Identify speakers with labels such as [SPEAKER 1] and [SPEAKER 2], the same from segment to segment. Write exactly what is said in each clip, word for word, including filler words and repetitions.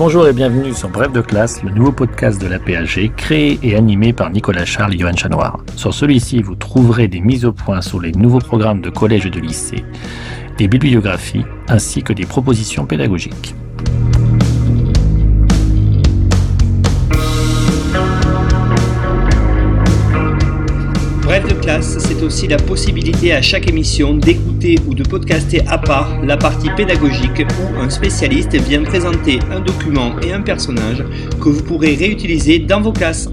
[SPEAKER 1] Bonjour et bienvenue sur Bref de classe, le nouveau podcast de l'A P A G, créé et animé par Nicolas Charles et Johan Chanoir. Sur celui-ci, vous trouverez des mises au point sur les nouveaux programmes de collège et de lycée, des bibliographies, ainsi que des propositions pédagogiques.
[SPEAKER 2] Bref de classe, c'est aussi la possibilité à chaque émission d'écouter ou de podcaster à part la partie pédagogique où un spécialiste vient présenter un document et un personnage que vous pourrez réutiliser dans vos classes.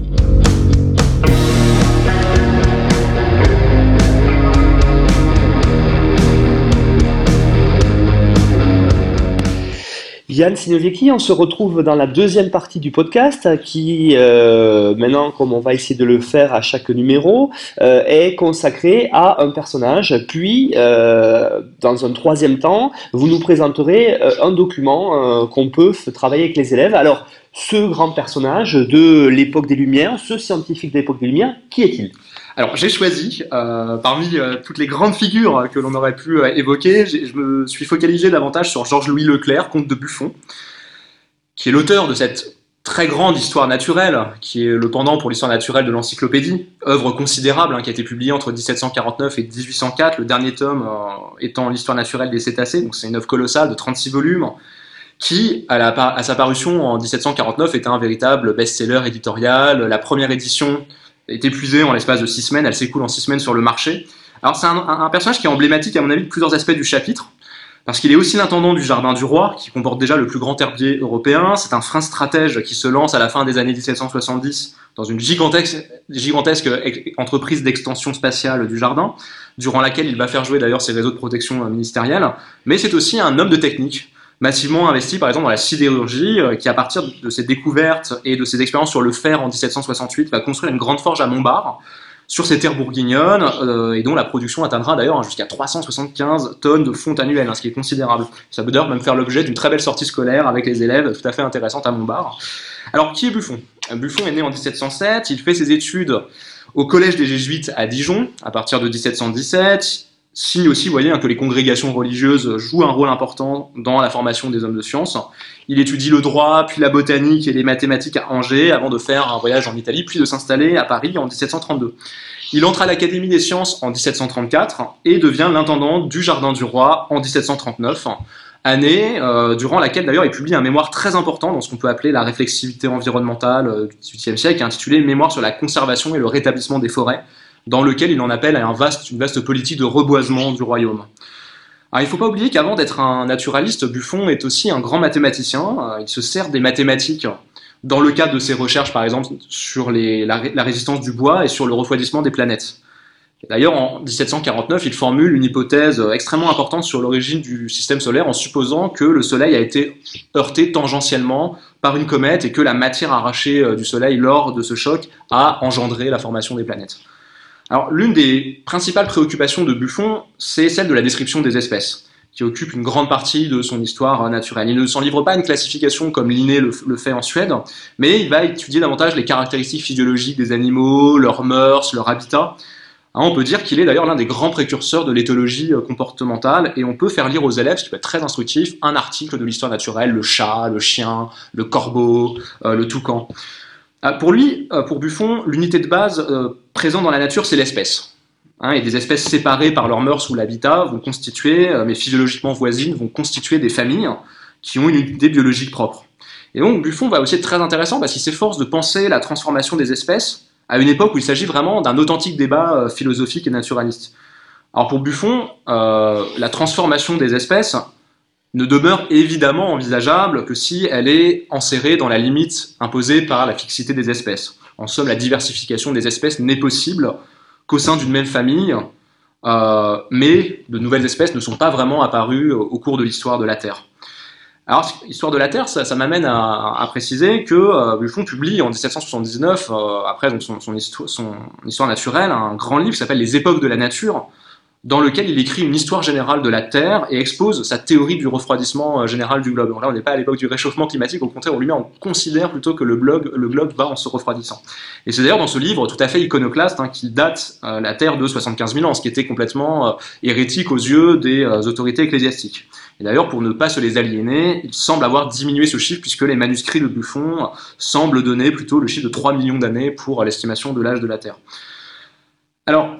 [SPEAKER 2] Yann Sinoviecki, on se retrouve dans la deuxième partie du podcast qui, euh, maintenant, comme on va essayer de le faire à chaque numéro, euh, est consacré à un personnage. Puis, euh, dans un troisième temps, vous nous présenterez euh, un document euh, qu'on peut f- travailler avec les élèves. Alors, ce grand personnage de l'époque des Lumières, ce scientifique de l'époque des Lumières, qui est-il ?
[SPEAKER 3] Alors j'ai choisi, euh, parmi euh, toutes les grandes figures que l'on aurait pu euh, évoquer, j'ai- je me suis focalisé davantage sur Georges-Louis Leclerc, comte de Buffon, qui est l'auteur de cette très grande histoire naturelle, qui est le pendant pour l'histoire naturelle de l'encyclopédie, œuvre considérable hein, qui a été publiée entre dix-sept cent quarante-neuf et dix-huit cent quatre, le dernier tome euh, étant l'histoire naturelle des cétacés, donc c'est une œuvre colossale de trente-six volumes, qui, à, la, à sa parution en dix-sept cent quarante-neuf, était un véritable best-seller éditorial. La première édition est épuisée en l'espace de six semaines, elle s'écoule en six semaines sur le marché. Alors c'est un, un, un personnage qui est emblématique, à mon avis, de plusieurs aspects du chapitre, parce qu'il est aussi l'intendant du Jardin du Roi, qui comporte déjà le plus grand herbier européen. C'est un fin stratège qui se lance à la fin des années dix-sept cent soixante-dix dans une gigantesque, gigantesque entreprise d'extension spatiale du jardin, durant laquelle il va faire jouer d'ailleurs ses réseaux de protection ministérielle. Mais c'est aussi un homme de technique, massivement investi par exemple dans la sidérurgie, euh, qui à partir de ses découvertes et de ses expériences sur le fer en dix-sept cent soixante-huit va construire une grande forge à Montbard, sur ces terres bourguignonnes, euh, et dont la production atteindra d'ailleurs jusqu'à trois cent soixante-quinze tonnes de fonte annuelle, hein, ce qui est considérable. Ça peut d'ailleurs même faire l'objet d'une très belle sortie scolaire avec les élèves, tout à fait intéressante à Montbard. Alors qui est Buffon ? Buffon est né en dix-sept cent sept, il fait ses études au collège des Jésuites à Dijon, à partir de dix-sept cent dix-sept, signe aussi, vous voyez, hein, que les congrégations religieuses jouent un rôle important dans la formation des hommes de science. Il étudie le droit, puis la botanique et les mathématiques à Angers, avant de faire un voyage en Italie, puis de s'installer à Paris en dix-sept cent trente-deux. Il entre à l'Académie des sciences en dix-sept cent trente-quatre et devient l'intendant du Jardin du Roi en dix-sept cent trente-neuf, année euh, durant laquelle d'ailleurs il publie un mémoire très important dans ce qu'on peut appeler la réflexivité environnementale euh, du dix-huitième siècle, intitulé Mémoire sur la conservation et le rétablissement des forêts, dans lequel il en appelle à un vaste, une vaste politique de reboisement du royaume. Alors, il ne faut pas oublier qu'avant d'être un naturaliste, Buffon est aussi un grand mathématicien. Il se sert des mathématiques dans le cadre de ses recherches, par exemple, sur les, la, la résistance du bois et sur le refroidissement des planètes. D'ailleurs, en dix-sept cent quarante-neuf, il formule une hypothèse extrêmement importante sur l'origine du système solaire en supposant que le Soleil a été heurté tangentiellement par une comète et que la matière arrachée du Soleil lors de ce choc a engendré la formation des planètes. Alors, l'une des principales préoccupations de Buffon, c'est celle de la description des espèces, qui occupe une grande partie de son histoire naturelle. Il ne s'en livre pas à une classification comme Linné le, le fait en Suède, mais il va étudier davantage les caractéristiques physiologiques des animaux, leurs mœurs, leur habitat. Hein, on peut dire qu'il est d'ailleurs l'un des grands précurseurs de l'éthologie comportementale, et on peut faire lire aux élèves, ce qui peut être très instructif, un article de l'histoire naturelle, le chat, le chien, le corbeau, euh, le toucan. Pour lui, pour Buffon, l'unité de base euh, présente dans la nature, c'est l'espèce. Hein, et des espèces séparées par leur mœurs ou l'habitat vont constituer, euh, mais physiologiquement voisines, vont constituer des familles qui ont une unité biologique propre. Et donc Buffon va aussi être très intéressant parce qu'il s'efforce de penser la transformation des espèces à une époque où il s'agit vraiment d'un authentique débat euh, philosophique et naturaliste. Alors pour Buffon, euh, la transformation des espèces ne demeure évidemment envisageable que si elle est enserrée dans la limite imposée par la fixité des espèces. En somme, la diversification des espèces n'est possible qu'au sein d'une même famille, euh, mais de nouvelles espèces ne sont pas vraiment apparues au cours de l'histoire de la Terre. Alors, l'histoire de la Terre, ça, ça m'amène à, à préciser que euh, Buffon publie en dix-sept cent soixante-dix-neuf, euh, après donc son, son, histoire, son histoire naturelle, un grand livre qui s'appelle Les époques de la nature, dans lequel il écrit une histoire générale de la Terre et expose sa théorie du refroidissement général du globe. Donc là, on n'est pas à l'époque du réchauffement climatique, au contraire, on lui met, on considère plutôt que le globe, le globe va en se refroidissant. Et c'est d'ailleurs dans ce livre tout à fait iconoclaste hein, qui date euh, la Terre de soixante-quinze mille ans, ce qui était complètement euh, hérétique aux yeux des euh, autorités ecclésiastiques. Et d'ailleurs, pour ne pas se les aliéner, il semble avoir diminué ce chiffre puisque les manuscrits de Buffon semblent donner plutôt le chiffre de trois millions d'années pour l'estimation de l'âge de la Terre. Alors,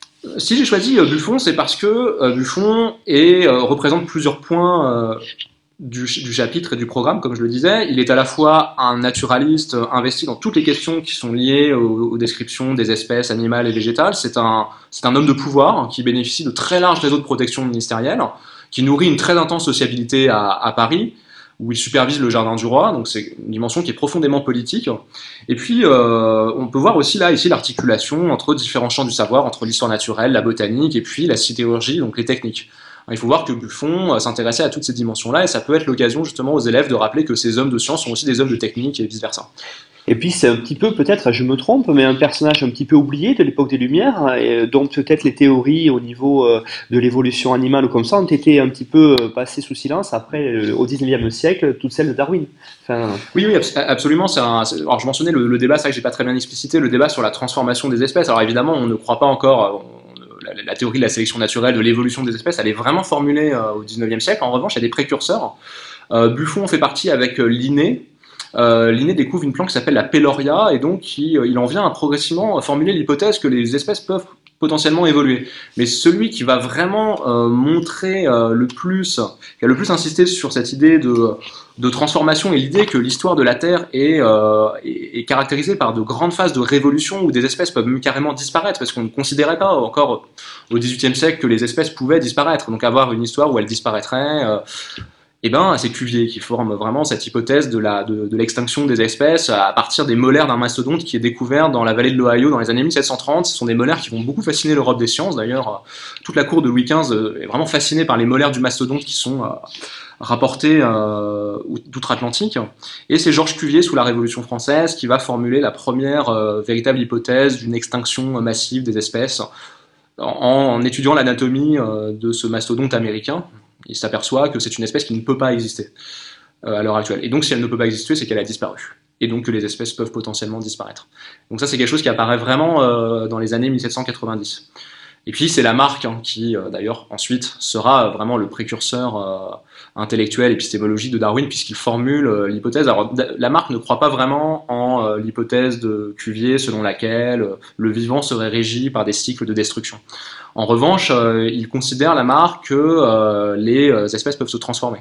[SPEAKER 3] si j'ai choisi euh, Buffon, c'est parce que euh, Buffon est, euh, représente plusieurs points euh, du, du chapitre et du programme, comme je le disais. Il est à la fois un naturaliste euh, investi dans toutes les questions qui sont liées aux, aux descriptions des espèces animales et végétales. C'est un, c'est un homme de pouvoir hein, qui bénéficie de très larges réseaux de protection ministérielle, qui nourrit une très intense sociabilité à, à Paris, où il supervise le jardin du roi, donc c'est une dimension qui est profondément politique. Et puis, euh, on peut voir aussi là, ici, l'articulation entre différents champs du savoir, entre l'histoire naturelle, la botanique, et puis la sidérurgie, donc les techniques. Il faut voir que Buffon s'intéressait à toutes ces dimensions-là, et ça peut être l'occasion justement aux élèves de rappeler que ces hommes de science sont aussi des hommes de technique, et vice-versa.
[SPEAKER 2] Et puis c'est un petit peu, peut-être, je me trompe, mais un personnage un petit peu oublié de l'époque des Lumières, et dont peut-être les théories au niveau euh, de l'évolution animale ou comme ça ont été un petit peu euh, passées sous silence après, euh, au dix-neuvième siècle, toutes celles de Darwin. Enfin...
[SPEAKER 3] Oui, oui, absolument. C'est un, c'est, alors je mentionnais le, le débat, c'est vrai que j'ai pas très bien explicité, le débat sur la transformation des espèces. Alors évidemment, on ne croit pas encore... On, La, la théorie de la sélection naturelle, de l'évolution des espèces, elle est vraiment formulée euh, au dix-neuvième siècle. En revanche, il y a des précurseurs. Euh, Buffon fait partie avec euh, Linné. Euh, Linné découvre une plante qui s'appelle la Pelloria, et donc il, il en vient à progressivement formuler l'hypothèse que les espèces peuvent potentiellement évoluer. Mais celui qui va vraiment euh, montrer euh, le plus, qui a le plus insisté sur cette idée de, de transformation et l'idée que l'histoire de la Terre est, euh, est, est caractérisée par de grandes phases de révolution où des espèces peuvent même carrément disparaître, parce qu'on ne considérait pas encore au dix-huitième siècle que les espèces pouvaient disparaître. Donc avoir une histoire où elles disparaîtraient... Euh, Eh ben, c'est Cuvier qui forme vraiment cette hypothèse de, la, de, de l'extinction des espèces à partir des molaires d'un mastodonte qui est découvert dans la vallée de l'Ohio dans les années mille sept cent trente. Ce sont des molaires qui vont beaucoup fasciner l'Europe des sciences. D'ailleurs, toute la cour de Louis quinze est vraiment fascinée par les molaires du mastodonte qui sont euh, rapportés euh, d'outre-Atlantique. Et c'est Georges Cuvier, sous la Révolution française, qui va formuler la première euh, véritable hypothèse d'une extinction massive des espèces en, en étudiant l'anatomie euh, de ce mastodonte américain. Il s'aperçoit que c'est une espèce qui ne peut pas exister euh, à l'heure actuelle. Et donc, si elle ne peut pas exister, c'est qu'elle a disparu. Et donc que les espèces peuvent potentiellement disparaître. Donc ça, c'est quelque chose qui apparaît vraiment euh, dans les années mille sept cent quatre-vingt-dix. Et puis, c'est Lamarck hein, qui, euh, d'ailleurs, ensuite, sera vraiment le précurseur euh, intellectuel, épistémologique de Darwin, puisqu'il formule euh, l'hypothèse. Alors, Lamarck ne croit pas vraiment en euh, l'hypothèse de Cuvier, selon laquelle euh, le vivant serait régi par des cycles de destruction. En revanche, euh, il considère Lamarck que euh, les espèces peuvent se transformer.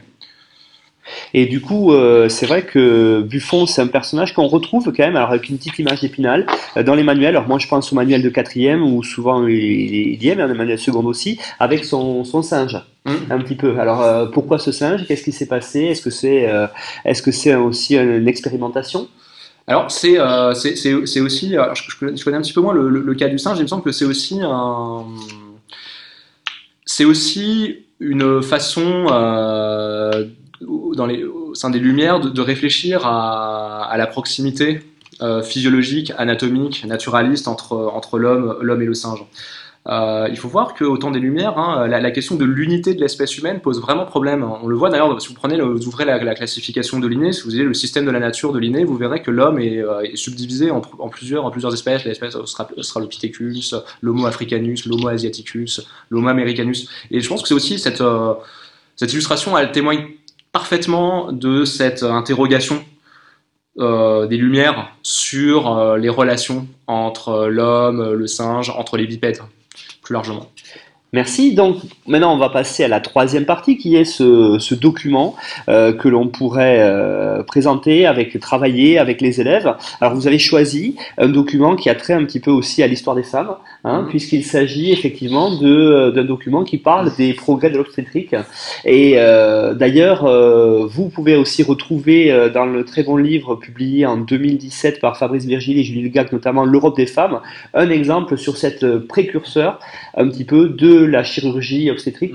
[SPEAKER 2] Et du coup, euh, c'est vrai que Buffon, c'est un personnage qu'on retrouve quand même, alors avec une petite image d'Épinal, euh, dans les manuels. Alors moi, je pense au manuel de quatrième, où souvent il, il y est, mais dans les manuels secondes aussi, avec son, son singe, mmh. un petit peu. Alors euh, pourquoi ce singe? Qu'est-ce qui s'est passé? Est-ce que c'est euh, est-ce que c'est aussi une expérimentation?
[SPEAKER 3] Alors, c'est euh, c'est, c'est, c'est aussi, alors, je, je connais un petit peu moins le, le, le cas du singe, il me semble que c'est aussi un... C'est aussi une façon, euh, dans les, au sein des Lumières, de, de réfléchir à, à la proximité euh, physiologique, anatomique, naturaliste entre, entre l'homme, l'homme et le singe. Euh, il faut voir qu'au temps des Lumières, hein, la, la question de l'unité de l'espèce humaine pose vraiment problème. On le voit d'ailleurs, si vous prenez, le, vous ouvrez la, la classification de Linné, si vous avez le système de la nature de Linné, vous verrez que l'homme est, euh, est subdivisé en, en, plusieurs, en plusieurs espèces. L'espèce Australopithecus, l'Homo africanus, l'Homo asiaticus, l'Homo americanus. Et je pense que c'est aussi cette, euh, cette illustration, elle témoigne parfaitement de cette interrogation Euh, des Lumières sur euh, les relations entre l'homme, le singe, entre les bipèdes, plus largement.
[SPEAKER 2] Merci. Donc maintenant, on va passer à la troisième partie qui est ce, ce document euh, que l'on pourrait euh, présenter, avec travailler avec les élèves. Alors vous avez choisi un document qui a trait un petit peu aussi à l'histoire des femmes, hein, mmh. puisqu'il s'agit effectivement de, d'un document qui parle des progrès de l'obstétrique. Et euh, d'ailleurs, euh, vous pouvez aussi retrouver euh, dans le très bon livre publié en deux mille dix-sept par Fabrice Virgile et Julie Legac, notamment L'Europe des femmes, un exemple sur cette précurseur un petit peu de la chirurgie obstétrique. Mmh.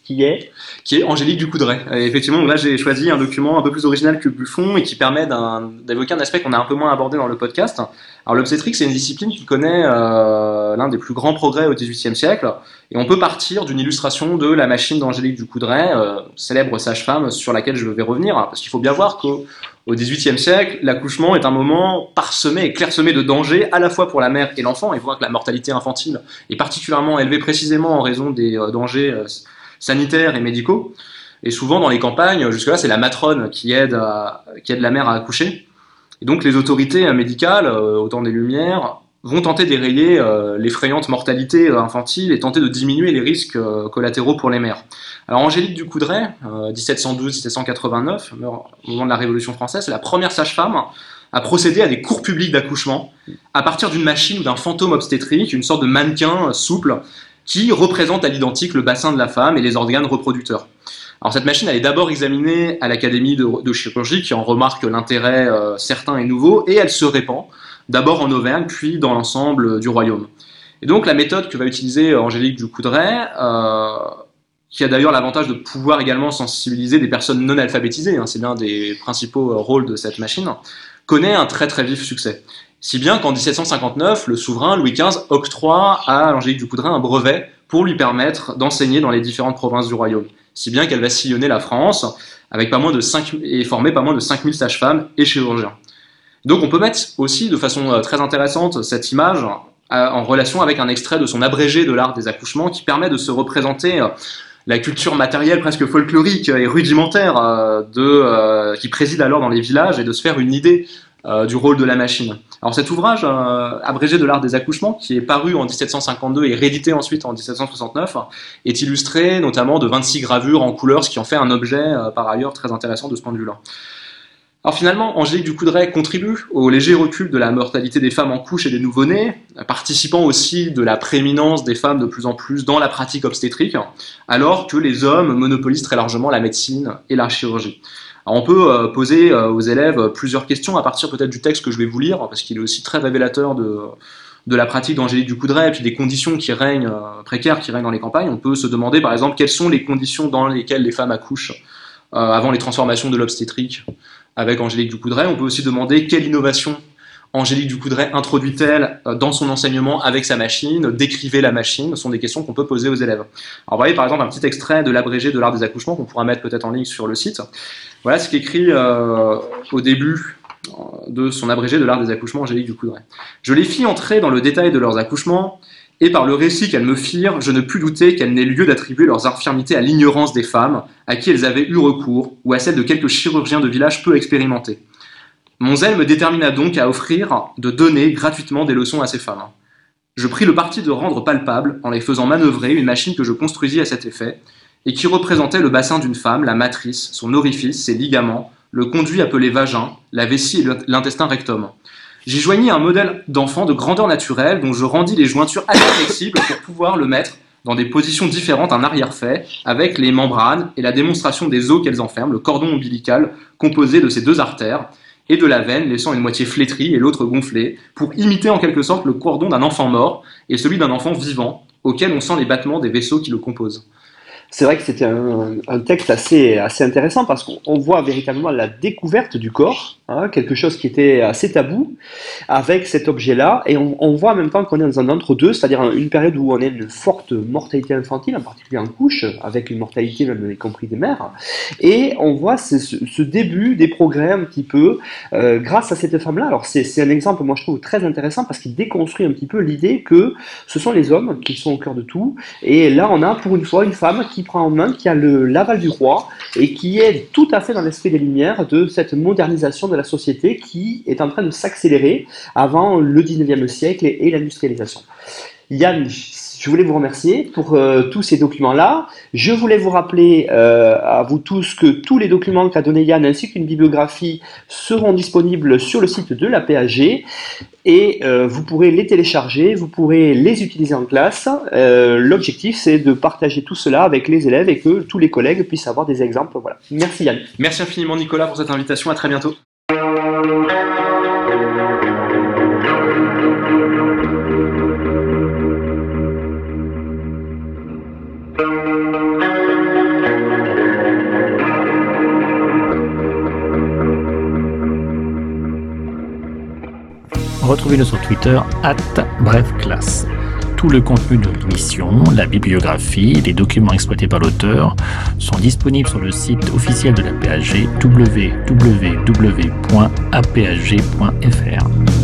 [SPEAKER 2] qui est
[SPEAKER 3] qui est Angélique Ducoudray. Et effectivement, là, j'ai choisi un document un peu plus original que Buffon et qui permet d'un, d'évoquer un aspect qu'on a un peu moins abordé dans le podcast. Alors, l'obstétrique, c'est une discipline qui connaît euh, l'un des plus grands progrès au dix-huitième siècle. Et on peut partir d'une illustration de la machine d'Angélique Ducoudray, euh, célèbre sage-femme sur laquelle je vais revenir. Parce qu'il faut bien voir qu'au au dix-huitième siècle, l'accouchement est un moment parsemé et clairsemé de dangers, à la fois pour la mère et l'enfant. Et on voit que la mortalité infantile est particulièrement élevée précisément en raison des euh, dangers euh, sanitaires et médicaux. Et souvent, dans les campagnes, jusque-là, c'est la matrone qui aide, à, qui aide la mère à accoucher. Et donc, les autorités médicales, euh, au temps des Lumières, vont tenter d'érayer euh, l'effrayante mortalité infantile et tenter de diminuer les risques euh, collatéraux pour les mères. Alors, Angélique Ducoudray, euh, dix-sept cent douze à dix-sept cent quatre-vingt-neuf, au moment de la Révolution française, c'est la première sage-femme à procéder à des cours publics d'accouchement à partir d'une machine ou d'un fantôme obstétrique, une sorte de mannequin souple, qui représente à l'identique le bassin de la femme et les organes reproducteurs. Alors cette machine, elle est d'abord examinée à l'Académie de, de chirurgie, qui en remarque l'intérêt euh, certain et nouveau, et elle se répand, d'abord en Auvergne, puis dans l'ensemble du royaume. Et donc la méthode que va utiliser Angélique Ducoudray, euh, qui a d'ailleurs l'avantage de pouvoir également sensibiliser des personnes non alphabétisées, hein, c'est l'un des principaux rôles de cette machine, connaît un très très vif succès. Si bien qu'en dix-sept cent cinquante-neuf, le souverain Louis quinze octroie à Angélique Ducoudray un brevet pour lui permettre d'enseigner dans les différentes provinces du royaume. Si bien qu'elle va sillonner la France avec pas moins de cinq, et former pas moins de cinq mille sages-femmes et chirurgiens. Donc on peut mettre aussi de façon très intéressante cette image en relation avec un extrait de son abrégé de l'art des accouchements qui permet de se représenter la culture matérielle presque folklorique et rudimentaire de, euh, qui préside alors dans les villages et de se faire une idée euh, du rôle de la machine. Alors cet ouvrage, euh, abrégé de l'art des accouchements, qui est paru en dix-sept cent cinquante-deux et réédité ensuite en dix-sept cent soixante-neuf, est illustré notamment de vingt-six gravures en couleurs, ce qui en fait un objet euh, par ailleurs très intéressant de ce point de vue-là. Alors finalement, Angélique Ducoudray contribue au léger recul de la mortalité des femmes en couche et des nouveau-nés, participant aussi de la prééminence des femmes de plus en plus dans la pratique obstétrique, alors que les hommes monopolisent très largement la médecine et la chirurgie. Alors on peut euh, poser euh, aux élèves plusieurs questions à partir peut-être du texte que je vais vous lire, parce qu'il est aussi très révélateur de, de la pratique d'Angélique Ducoudray et puis des conditions qui règnent, euh, précaires qui règnent dans les campagnes. On peut se demander par exemple quelles sont les conditions dans lesquelles les femmes accouchent euh, avant les transformations de l'obstétrique avec Angélique Ducoudray. On peut aussi demander quelle innovation Angélique Ducoudray introduit-elle dans son enseignement avec sa machine, décrivait la machine. Ce sont des questions qu'on peut poser aux élèves. Alors vous voyez par exemple un petit extrait de l'abrégé de l'art des accouchements qu'on pourra mettre peut-être en ligne sur le site. Voilà ce qu'écrit euh, au début de son abrégé de l'art des accouchements Angélique Ducoudray. Je les fis entrer dans le détail de leurs accouchements, et par le récit qu'elles me firent, je ne pus douter qu'elles n'aient lieu d'attribuer leurs infirmités à l'ignorance des femmes à qui elles avaient eu recours, ou à celle de quelques chirurgiens de village peu expérimentés. Mon zèle me détermina donc à offrir de donner gratuitement des leçons à ces femmes. Je pris le parti de rendre palpable, en les faisant manœuvrer, une machine que je construisis à cet effet, et qui représentait le bassin d'une femme, la matrice, son orifice, ses ligaments, le conduit appelé vagin, la vessie et l'intestin rectum. J'y joignis un modèle d'enfant de grandeur naturelle dont je rendis les jointures assez flexibles pour pouvoir le mettre dans des positions différentes en arrière-fait, avec les membranes et la démonstration des os qu'elles enferment, le cordon ombilical composé de ces deux artères, et de la veine laissant une moitié flétrie et l'autre gonflée, pour imiter en quelque sorte le cordon d'un enfant mort et celui d'un enfant vivant, auquel on sent les battements des vaisseaux qui le composent.
[SPEAKER 2] C'est vrai que c'était un, un texte assez, assez intéressant parce qu'on voit véritablement la découverte du corps, hein, quelque chose qui était assez tabou, avec cet objet-là, et on, on voit en même temps qu'on est dans un entre-deux, c'est-à-dire une période où on a une forte mortalité infantile, en particulier en couche, avec une mortalité même y compris des mères, et on voit ce, ce début des progrès un petit peu euh, grâce à cette femme-là. Alors c'est, c'est un exemple, moi je trouve, très intéressant parce qu'il déconstruit un petit peu l'idée que ce sont les hommes qui sont au cœur de tout, et là on a pour une fois une femme qui prend en main, qui a le l'aval du roi et qui est tout à fait dans l'esprit des Lumières de cette modernisation de la société qui est en train de s'accélérer avant le dix-neuvième siècle et, et l'industrialisation. Yann, je voulais vous remercier pour euh, tous ces documents-là. Je voulais vous rappeler euh, à vous tous que tous les documents qu'a donné Yann ainsi qu'une bibliographie seront disponibles sur le site de l'A P A G et euh, vous pourrez les télécharger, vous pourrez les utiliser en classe. Euh, l'objectif, c'est de partager tout cela avec les élèves et que tous les collègues puissent avoir des exemples. Voilà. Merci Yann.
[SPEAKER 3] Merci infiniment Nicolas pour cette invitation. À très bientôt. Thank you.
[SPEAKER 1] Retrouvez-le sur Twitter arobase brefclasse. Tout le contenu de l'émission, la bibliographie, les documents exploités par l'auteur sont disponibles sur le site officiel de la P H G w w w point a p h g point f r.